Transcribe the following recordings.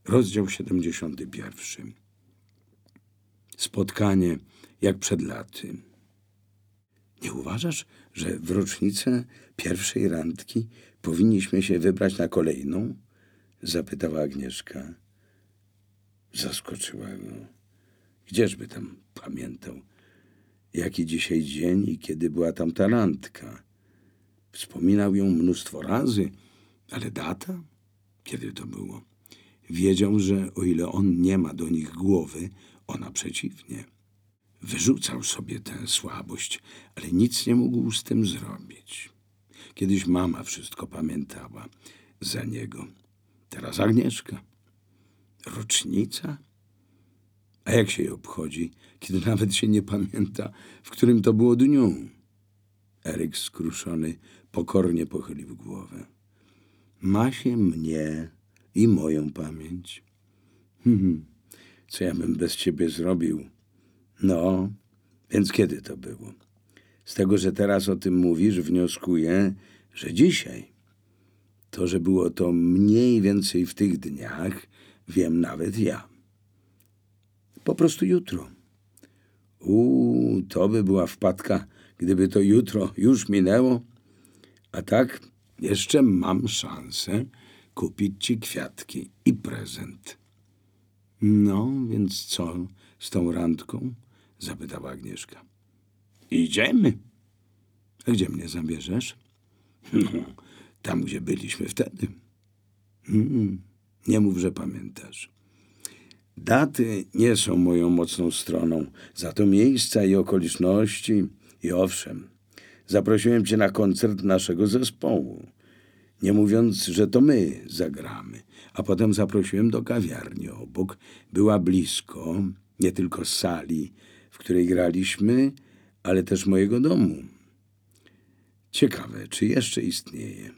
Rozdział 71. Spotkanie jak przed laty. Nie uważasz, że w rocznicę pierwszej randki powinniśmy się wybrać na kolejną? Zapytała Agnieszka. Zaskoczyła go. Gdzieżby tam pamiętał, jaki dzisiaj dzień i kiedy była tam ta randka. Wspominał ją mnóstwo razy, ale data? Kiedy to było? Wiedział, że o ile on nie ma do nich głowy, ona przeciwnie. Wyrzucał sobie tę słabość, ale nic nie mógł z tym zrobić. Kiedyś mama wszystko pamiętała za niego. Teraz Agnieszka. Rocznica? A jak się jej obchodzi, kiedy nawet się nie pamięta, w którym to było dniu? Eryk skruszony pokornie pochylił głowę. Ma się mnie i moją pamięć. Co ja bym bez ciebie zrobił? No, więc kiedy to było? Z tego, że teraz o tym mówisz, wnioskuję, że dzisiaj. To, że było to mniej więcej w tych dniach, wiem nawet ja. Po prostu jutro. To by była wpadka, gdyby to jutro już minęło. A tak jeszcze mam szansę kupić ci kwiatki i prezent. No, więc co z tą randką? Zapytała Agnieszka. Idziemy. A gdzie mnie zabierzesz? No, tam, gdzie byliśmy wtedy. Nie mów, że pamiętasz. Daty nie są moją mocną stroną, za to miejsca i okoliczności. I owszem, zaprosiłem cię na koncert naszego zespołu. Nie mówiąc, że to my zagramy. A potem zaprosiłem do kawiarni obok. Była blisko, nie tylko sali, w której graliśmy, ale też mojego domu. Ciekawe, czy jeszcze istnieje.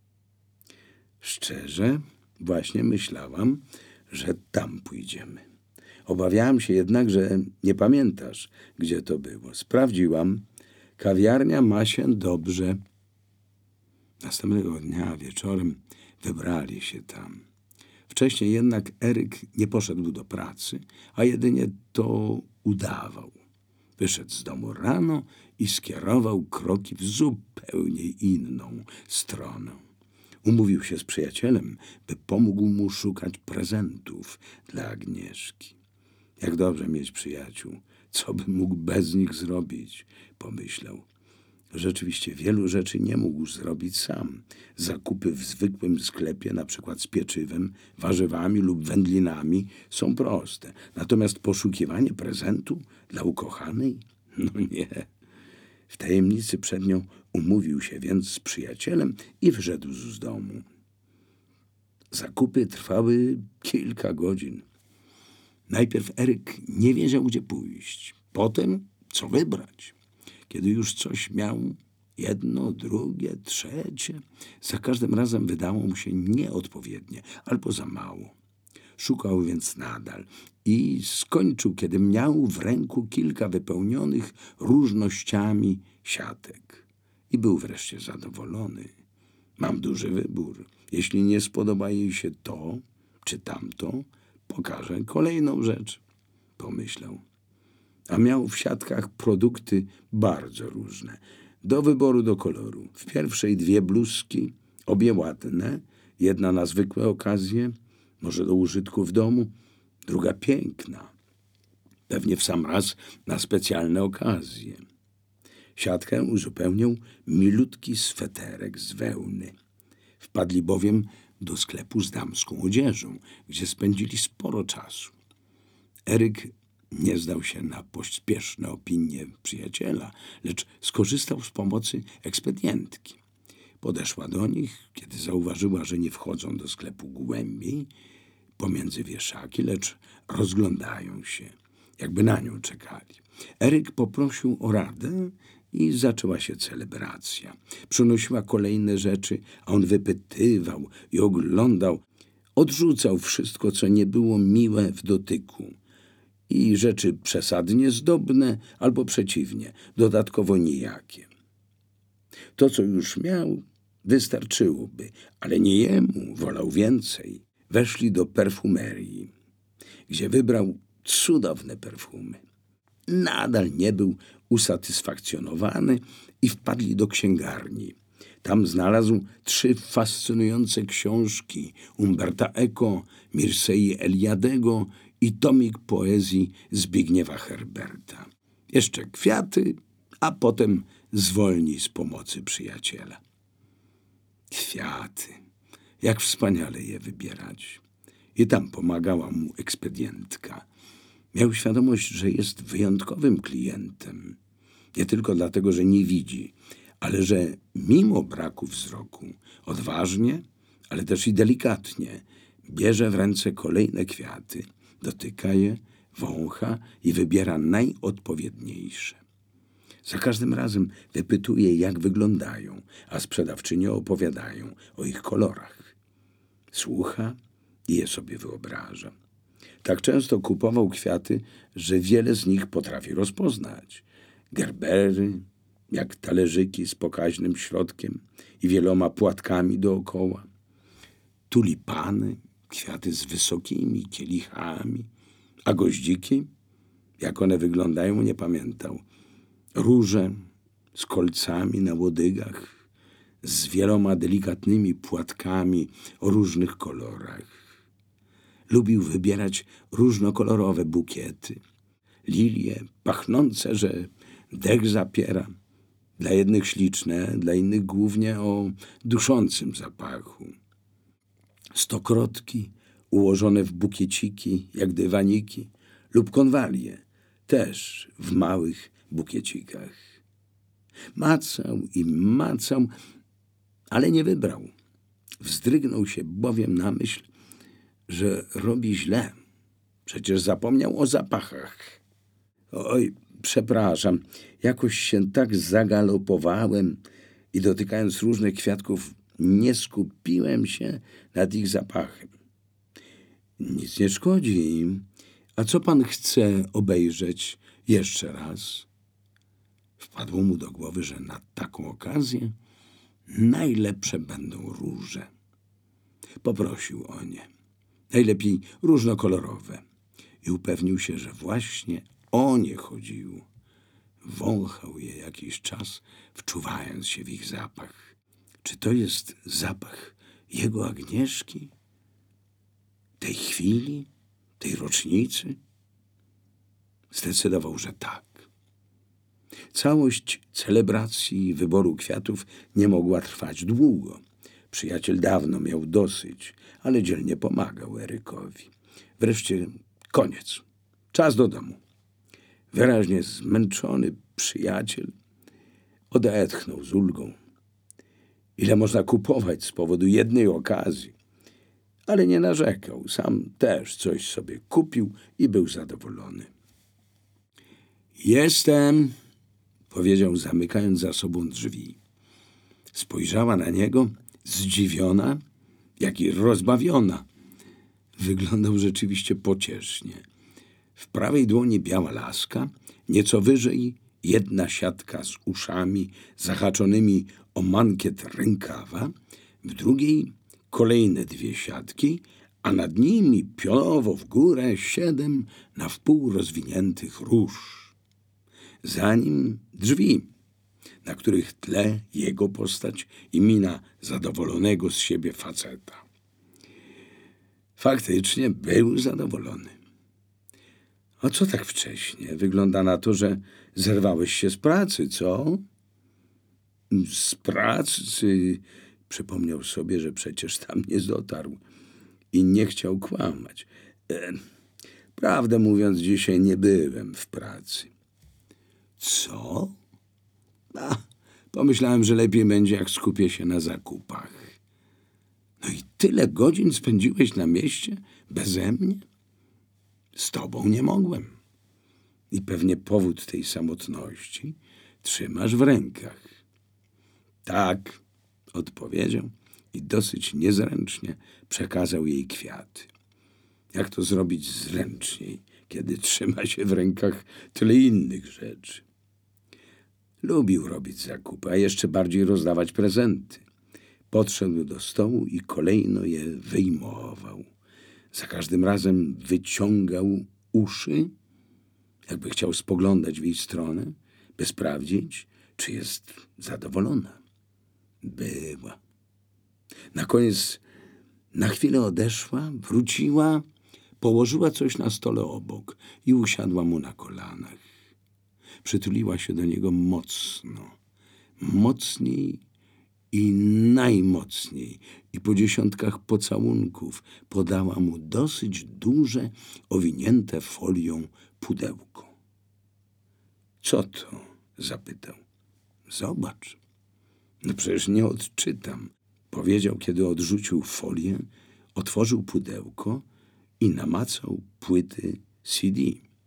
Szczerze, właśnie myślałam, że tam pójdziemy. Obawiałam się jednak, że nie pamiętasz, gdzie to było. Sprawdziłam. Kawiarnia ma się dobrze. Następnego dnia wieczorem wybrali się tam. Wcześniej jednak Eryk nie poszedł do pracy, a jedynie to udawał. Wyszedł z domu rano i skierował kroki w zupełnie inną stronę. Umówił się z przyjacielem, by pomógł mu szukać prezentów dla Agnieszki. Jak dobrze mieć przyjaciół, co by mógł bez nich zrobić, pomyślał. Rzeczywiście wielu rzeczy nie mógł zrobić sam. Zakupy w zwykłym sklepie, na przykład z pieczywem, warzywami lub wędlinami, są proste. Natomiast poszukiwanie prezentu dla ukochanej? No nie. W tajemnicy przed nią umówił się więc z przyjacielem i wyszedł z domu. Zakupy trwały kilka godzin. Najpierw Eryk nie wiedział, gdzie pójść. Potem, co wybrać. Kiedy już coś miał, jedno, drugie, trzecie, za każdym razem wydało mu się nieodpowiednie albo za mało. Szukał więc nadal i skończył, kiedy miał w ręku kilka wypełnionych różnościami siatek. I był wreszcie zadowolony. Mam duży wybór. Jeśli nie spodoba jej się to czy tamto, pokażę kolejną rzecz, pomyślał. A miał w siatkach produkty bardzo różne, do wyboru do koloru. W pierwszej 2 bluzki, obie ładne, jedna na zwykłe okazje, może do użytku w domu, druga piękna, pewnie w sam raz na specjalne okazje. Siatkę uzupełnił milutki sweterek z wełny. Wpadli bowiem do sklepu z damską odzieżą, gdzie spędzili sporo czasu. Eryk nie zdał się na pośpieszne opinie przyjaciela, lecz skorzystał z pomocy ekspedientki. Podeszła do nich, kiedy zauważyła, że nie wchodzą do sklepu głębiej, pomiędzy wieszaki, lecz rozglądają się, jakby na nią czekali. Eryk poprosił o radę i zaczęła się celebracja. Przynosiła kolejne rzeczy, a on wypytywał i oglądał. Odrzucał wszystko, co nie było miłe w dotyku. I rzeczy przesadnie zdobne, albo przeciwnie, dodatkowo nijakie. To, co już miał, wystarczyłoby, ale nie jemu, wolał więcej. weszli do perfumerii, gdzie wybrał cudowne perfumy. Nadal nie był usatysfakcjonowany i wpadli do księgarni. Tam znalazł 3 fascynujące książki Umberta Eco, Mirsei Eliadego i tomik poezji Zbigniewa Herberta. Jeszcze kwiaty, a potem zwolni z pomocy przyjaciela. Kwiaty. Jak wspaniale je wybierać. I tam pomagała mu ekspedientka. Miał świadomość, że jest wyjątkowym klientem. Nie tylko dlatego, że nie widzi, ale że mimo braku wzroku odważnie, ale też i delikatnie bierze w ręce kolejne kwiaty, dotyka je, wącha i wybiera najodpowiedniejsze. Za każdym razem wypytuje, jak wyglądają, a sprzedawczynie opowiadają o ich kolorach. Słucha i je sobie wyobraża. Tak często kupował kwiaty, że wiele z nich potrafi rozpoznać. Gerbery, jak talerzyki z pokaźnym środkiem i wieloma płatkami dookoła. Tulipany, kwiaty z wysokimi kielichami, a goździki, jak one wyglądają, nie pamiętał. Róże z kolcami na łodygach, z wieloma delikatnymi płatkami o różnych kolorach. Lubił wybierać różnokolorowe bukiety. Lilie pachnące, że dech zapiera. Dla jednych śliczne, dla innych głównie o duszącym zapachu. Stokrotki ułożone w bukieciki, jak dywaniki, lub konwalie, też w małych bukiecikach. Macał i macał, ale nie wybrał. Wzdrygnął się bowiem na myśl, że robi źle. Przecież zapomniał o zapachach. Oj, przepraszam, jakoś się tak zagalopowałem i dotykając różnych kwiatków nie skupiłem się nad ich zapachem. Nic nie szkodzi. A co pan chce obejrzeć jeszcze raz? Wpadło mu do głowy, że na taką okazję najlepsze będą róże. Poprosił o nie. Najlepiej różnokolorowe. I upewnił się, że właśnie o nie chodziło. Wąchał je jakiś czas, wczuwając się w ich zapach. Czy to jest zapach jego Agnieszki? Tej chwili? Tej rocznicy? Zdecydował, że tak. Całość celebracji i wyboru kwiatów nie mogła trwać długo. Przyjaciel dawno miał dosyć, ale dzielnie pomagał Erykowi. Wreszcie koniec. Czas do domu. Wyraźnie zmęczony przyjaciel odetchnął z ulgą. Ile można kupować z powodu jednej okazji? Ale nie narzekał. Sam też coś sobie kupił i był zadowolony. Jestem, powiedział, zamykając za sobą drzwi. Spojrzała na niego, zdziwiona, jak i rozbawiona. Wyglądał rzeczywiście pociesznie. W prawej dłoni biała laska, nieco wyżej jedna siatka z uszami zahaczonymi o mankiet rękawa, w drugiej kolejne 2 siatki, a nad nimi pionowo w górę 7 na wpół rozwiniętych róż. Za nim drzwi, na których tle jego postać i mina zadowolonego z siebie faceta. Faktycznie był zadowolony. A co tak wcześnie? Wygląda na to, że zerwałeś się z pracy, co? Z pracy? Przypomniał sobie, że przecież tam nie dotarł i nie chciał kłamać. Prawdę mówiąc, dzisiaj nie byłem w pracy. Co? Pomyślałem, że lepiej będzie, jak skupię się na zakupach. No i tyle godzin spędziłeś na mieście beze mnie? Z tobą nie mogłem. I pewnie powód tej samotności trzymasz w rękach. Tak, odpowiedział i dosyć niezręcznie przekazał jej kwiaty. Jak to zrobić zręczniej, kiedy trzyma się w rękach tyle innych rzeczy? Lubił robić zakupy, a jeszcze bardziej rozdawać prezenty. Podszedł do stołu i kolejno je wyjmował. Za każdym razem wyciągał uszy, jakby chciał spoglądać w jej stronę, by sprawdzić, czy jest zadowolona. Była. Na koniec na chwilę odeszła, wróciła, położyła coś na stole obok i usiadła mu na kolanach. Przytuliła się do niego mocno, mocniej i najmocniej, i po dziesiątkach pocałunków podała mu dosyć duże, owinięte folią pudełko. Co to? Zapytał. Zobacz. No przecież nie odczytam. Powiedział, kiedy odrzucił folię, otworzył pudełko i namacał płyty CD.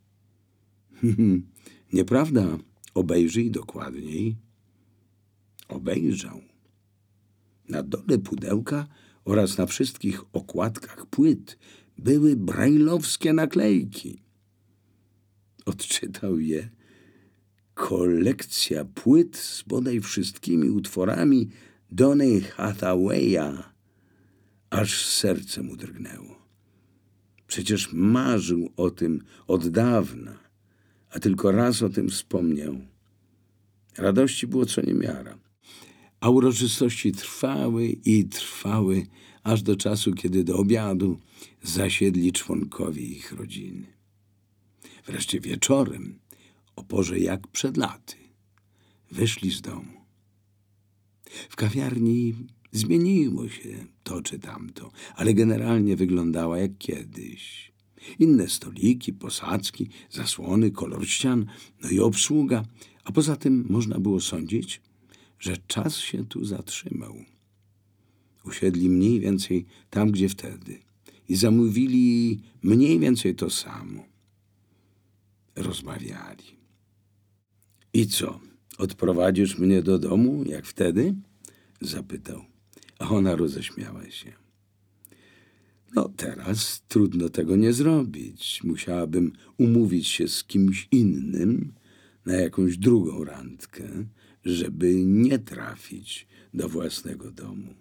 Nieprawda? Obejrzyj dokładniej. Obejrzał. Na dole pudełka oraz na wszystkich okładkach płyt były brajlowskie naklejki. Odczytał je. Kolekcja płyt z bodaj wszystkimi utworami Donny Hathawaya. Aż serce mu drgnęło. Przecież marzył o tym od dawna, a tylko raz o tym wspomniał. Radości było co niemiara. A uroczystości trwały i trwały, aż do czasu, kiedy do obiadu zasiedli członkowie ich rodziny. Wreszcie wieczorem, o porze jak przed laty, wyszli z domu. W kawiarni zmieniło się to czy tamto, ale generalnie wyglądała jak kiedyś. Inne stoliki, posadzki, zasłony, kolor ścian, no i obsługa, a poza tym można było sądzić, że czas się tu zatrzymał. Usiedli mniej więcej tam, gdzie wtedy i zamówili mniej więcej to samo. Rozmawiali. I co, odprowadzisz mnie do domu, jak wtedy? Zapytał, a ona roześmiała się. No teraz trudno tego nie zrobić. Musiałabym umówić się z kimś innym na jakąś drugą randkę, żeby nie trafić do własnego domu.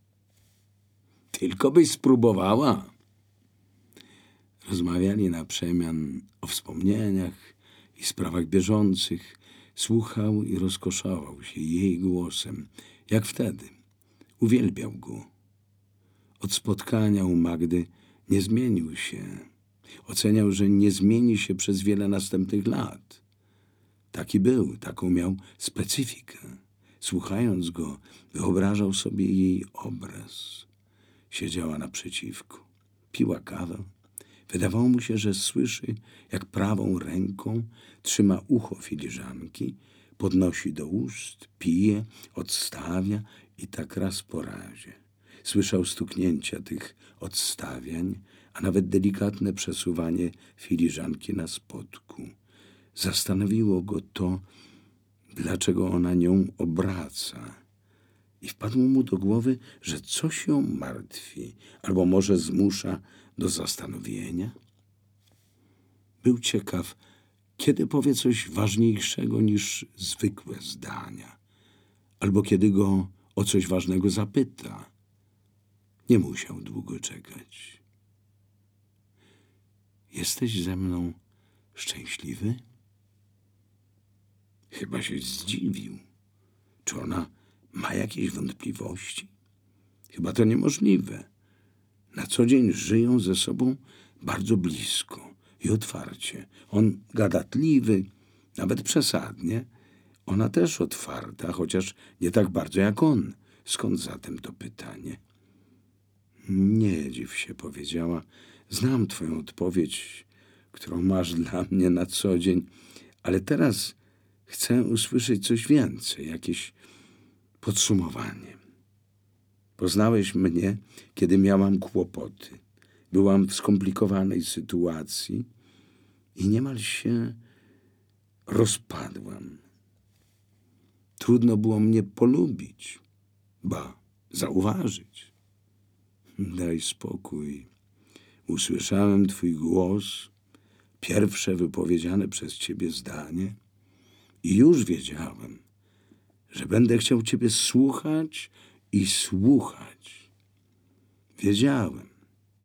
Tylko byś spróbowała. Rozmawiali na przemian o wspomnieniach i sprawach bieżących. Słuchał i rozkoszował się jej głosem, jak wtedy. Uwielbiał go. Od spotkania u Magdy nie zmienił się. Oceniał, że nie zmieni się przez wiele następnych lat. Taki był, taką miał specyfikę. Słuchając go, wyobrażał sobie jej obraz. Siedziała naprzeciwko, piła kawę. Wydawało mu się, że słyszy, jak prawą ręką trzyma ucho filiżanki, podnosi do ust, pije, odstawia i tak raz po razie. Słyszał stuknięcia tych odstawiań, a nawet delikatne przesuwanie filiżanki na spodku. Zastanowiło go to, dlaczego ona nią obraca. I wpadło mu do głowy, że coś ją martwi, albo może zmusza do zastanowienia. Był ciekaw, kiedy powie coś ważniejszego niż zwykłe zdania, albo kiedy go o coś ważnego zapyta. Nie musiał długo czekać. Jesteś ze mną szczęśliwy? Chyba się zdziwił. Czy ona ma jakieś wątpliwości? Chyba to niemożliwe. Na co dzień żyją ze sobą bardzo blisko i otwarcie. On gadatliwy, nawet przesadnie. Ona też otwarta, chociaż nie tak bardzo jak on. Skąd zatem to pytanie? Nie dziw się, powiedziała. Znam twoją odpowiedź, którą masz dla mnie na co dzień, ale teraz chcę usłyszeć coś więcej, jakieś podsumowanie. Poznałeś mnie, kiedy miałam kłopoty. Byłam w skomplikowanej sytuacji i niemal się rozpadłam. Trudno było mnie polubić, ba, zauważyć. Daj spokój. Usłyszałem twój głos, pierwsze wypowiedziane przez ciebie zdanie i już wiedziałem, że będę chciał ciebie słuchać i słuchać. Wiedziałem.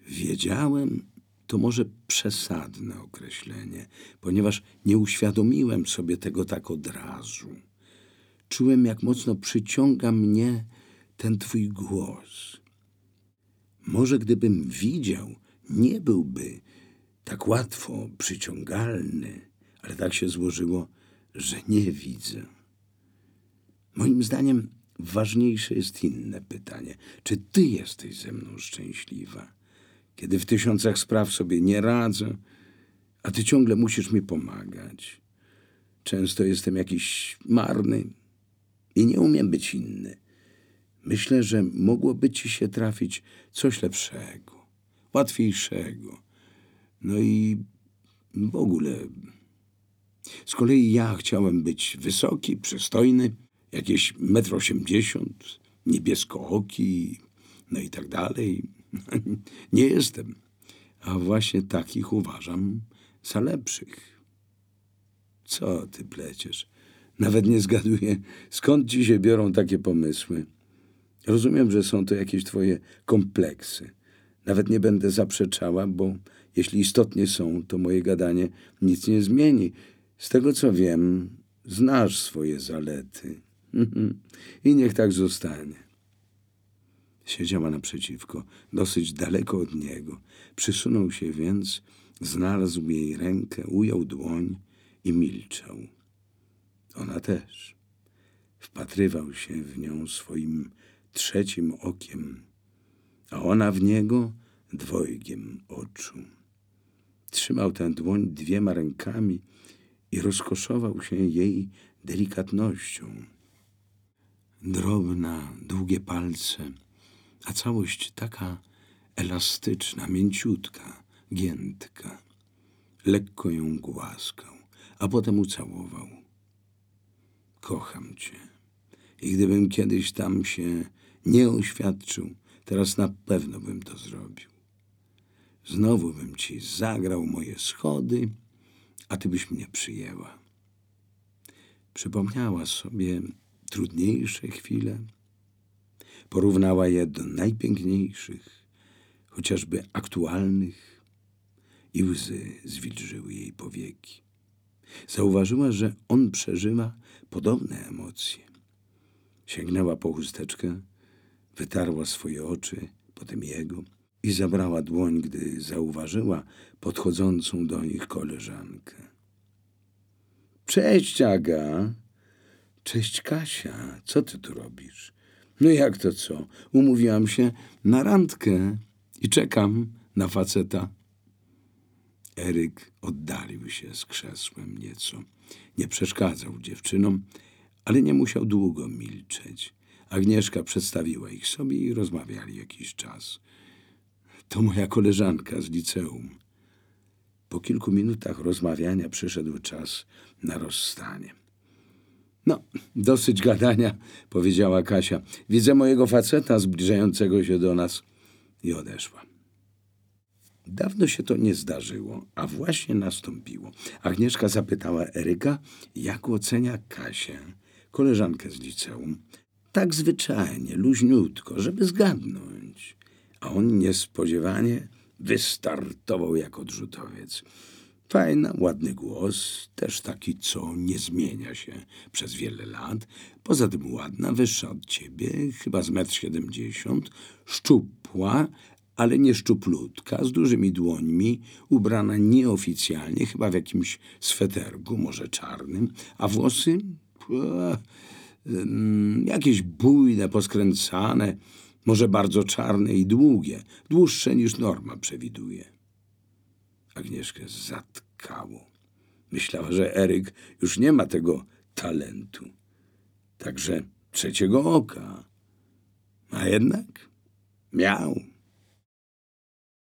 Wiedziałem, to może przesadne określenie, ponieważ nie uświadomiłem sobie tego tak od razu. Czułem, jak mocno przyciąga mnie ten twój głos. Może gdybym widział, nie byłby tak łatwo przyciągalny, ale tak się złożyło, że nie widzę. Moim zdaniem ważniejsze jest inne pytanie. Czy ty jesteś ze mną szczęśliwa? Kiedy w tysiącach spraw sobie nie radzę, a ty ciągle musisz mi pomagać. Często jestem jakiś marny i nie umiem być inny. Myślę, że mogłoby ci się trafić coś lepszego, łatwiejszego. No i w ogóle. Z kolei ja chciałem być wysoki, przystojny, jakieś 1,80 m, niebieskooki, no i tak dalej. Nie jestem, a właśnie takich uważam za lepszych. Co ty pleciesz? Nawet nie zgaduję, skąd ci się biorą takie pomysły. Rozumiem, że są to jakieś twoje kompleksy. Nawet nie będę zaprzeczała, bo jeśli istotnie są, to moje gadanie nic nie zmieni. Z tego, co wiem, znasz swoje zalety. I niech tak zostanie. Siedziała naprzeciwko, dosyć daleko od niego. Przysunął się więc, znalazł jej rękę, ujął dłoń i milczał. Ona też. Wpatrywał się w nią swoim trzecim okiem, a ona w niego dwojgiem oczu. Trzymał tę dłoń 2 rękami i rozkoszował się jej delikatnością. Drobna, długie palce, a całość taka elastyczna, mięciutka, giętka. Lekko ją głaskał, a potem ucałował. Kocham cię. I gdybym kiedyś tam się nie oświadczył, teraz na pewno bym to zrobił. Znowu bym ci zagrał moje schody, a ty byś mnie przyjęła. Przypomniała sobie trudniejsze chwile, porównała je do najpiękniejszych, chociażby aktualnych, i łzy zwilżyły jej powieki. Zauważyła, że on przeżywa podobne emocje. Sięgnęła po chusteczkę, wytarła swoje oczy, potem jego i zabrała dłoń, gdy zauważyła podchodzącą do nich koleżankę. Cześć, Aga. Cześć, Kasia. Co ty tu robisz? No jak to co? Umówiłam się na randkę i czekam na faceta. Eryk oddalił się z krzesłem nieco. Nie przeszkadzał dziewczynom, ale nie musiał długo milczeć. Agnieszka przedstawiła ich sobie i rozmawiali jakiś czas. To moja koleżanka z liceum. Po kilku minutach rozmawiania przyszedł czas na rozstanie. No, dosyć gadania, powiedziała Kasia. Widzę mojego faceta zbliżającego się do nas. I odeszła. Dawno się to nie zdarzyło, a właśnie nastąpiło. Agnieszka zapytała Eryka, jak ocenia Kasię, koleżankę z liceum. Tak zwyczajnie, luźniutko, żeby zgadnąć. A on niespodziewanie wystartował jak odrzutowiec. Fajna, ładny głos, też taki, co nie zmienia się przez wiele lat. Poza tym ładna, wyższa od ciebie, chyba z 1,70 m, szczupła, ale nie szczuplutka, z dużymi dłońmi, ubrana nieoficjalnie, chyba w jakimś sweterku, może czarnym, a włosy jakieś bujne, poskręcane, może bardzo czarne i długie, dłuższe niż norma przewiduje. Agnieszkę zatkało. Myślała, że Eryk już nie ma tego talentu, także trzeciego oka. A jednak miał.